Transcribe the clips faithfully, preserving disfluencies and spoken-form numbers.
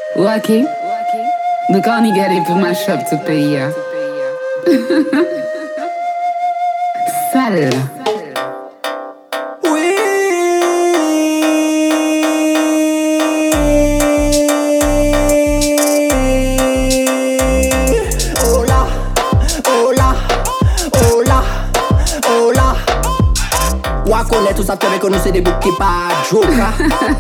Ok. Donc on y galère pour ma shop tout pays. Sale. Oui. Oh là, oh là, oh là, oh là. Ou à connaître tout ça, tu que nous c'est des boucs qui pas joker.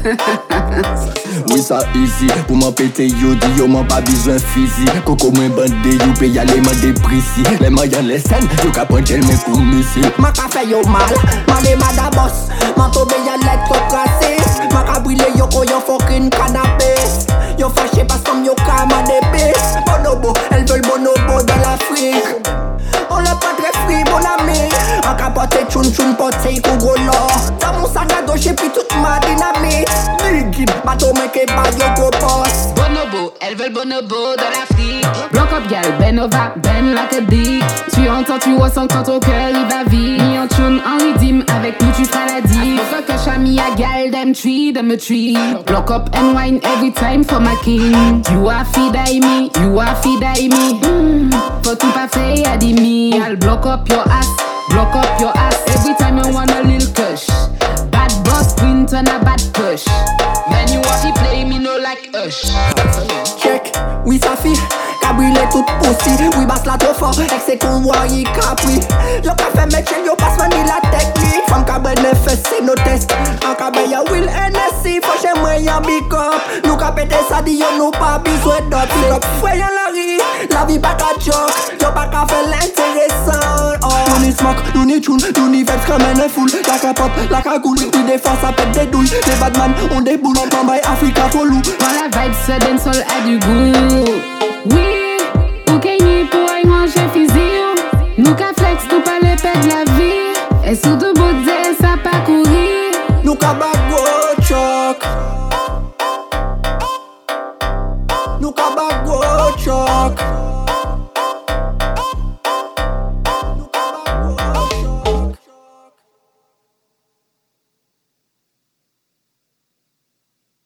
Oui ça easy, pour m'en péter yo di yo m'en pas besoin physique. Coco moins bandé yo paye aller m'en déprécie. Les moyens les scènes, yo ka prendre gel mais pour missile. Ma ka fait yo mal, ma de ma boss. Ma tobe y'a lettre tracée. Ma ka brûler yo ko yo fucking cannabis. Yo fâché parce que yo ka ma dépé. Bonobo, elles veulent bonobo dans l'Afrique. On l'a pas très free, mon ami. En capote, tchoun tchoun, pote, kou gros l'or. Dans mon sac à dos, j'ai pris toute ma dynamite. Liquide, bateau, mec, et pas yo gros boss. Bonobo, elles veulent bonobo dans l'Afrique. Block up, gal, ben over, ben like a dick. Tu entends, tu ressens quand ton cœur il va vite. Ni en tune, en rythme, avec nous tu feras la diff. Faut que chami a gal, them tree, them a tree. Block up and wine every time for my king. You are feed me, you are feed me. Mm. Faut tout pas faire, y'a des mi. I'll block up your ass, block up your ass. Every time you want a little kush. Bad boss queen turn a bad push. Man you want to play me no like ush. Check, oui ça fit. Cabrile toute pussy. Oui basse la trop fort. Ex c'est qu'on voit y capri. Yo ka fait mes chaînes, yo passe mani la technique. Femme cabelle ne fait c'est nos tests. En cabelle y'a Will N S C. Faut chez moi y'a big up. Nous ka pété ça dit yo nous pas besoin d'autres. Pick up frère y'a la ri. La vie pas qu'à joke. Yo pas qu'à faire l'intéressant. Oh. Nous ni smoke, nous ni tune, nous ni vibes comme un full. La ka pop, la ka cool. Oui des fois ça pète des douilles. Les badman on des boules. Mambay Africa follow. Quand la vibe se donne sol a du goût. Oui, ou Kenny pour y manger physique. Nous ka flex, nous pas les pète la vie. Et surtout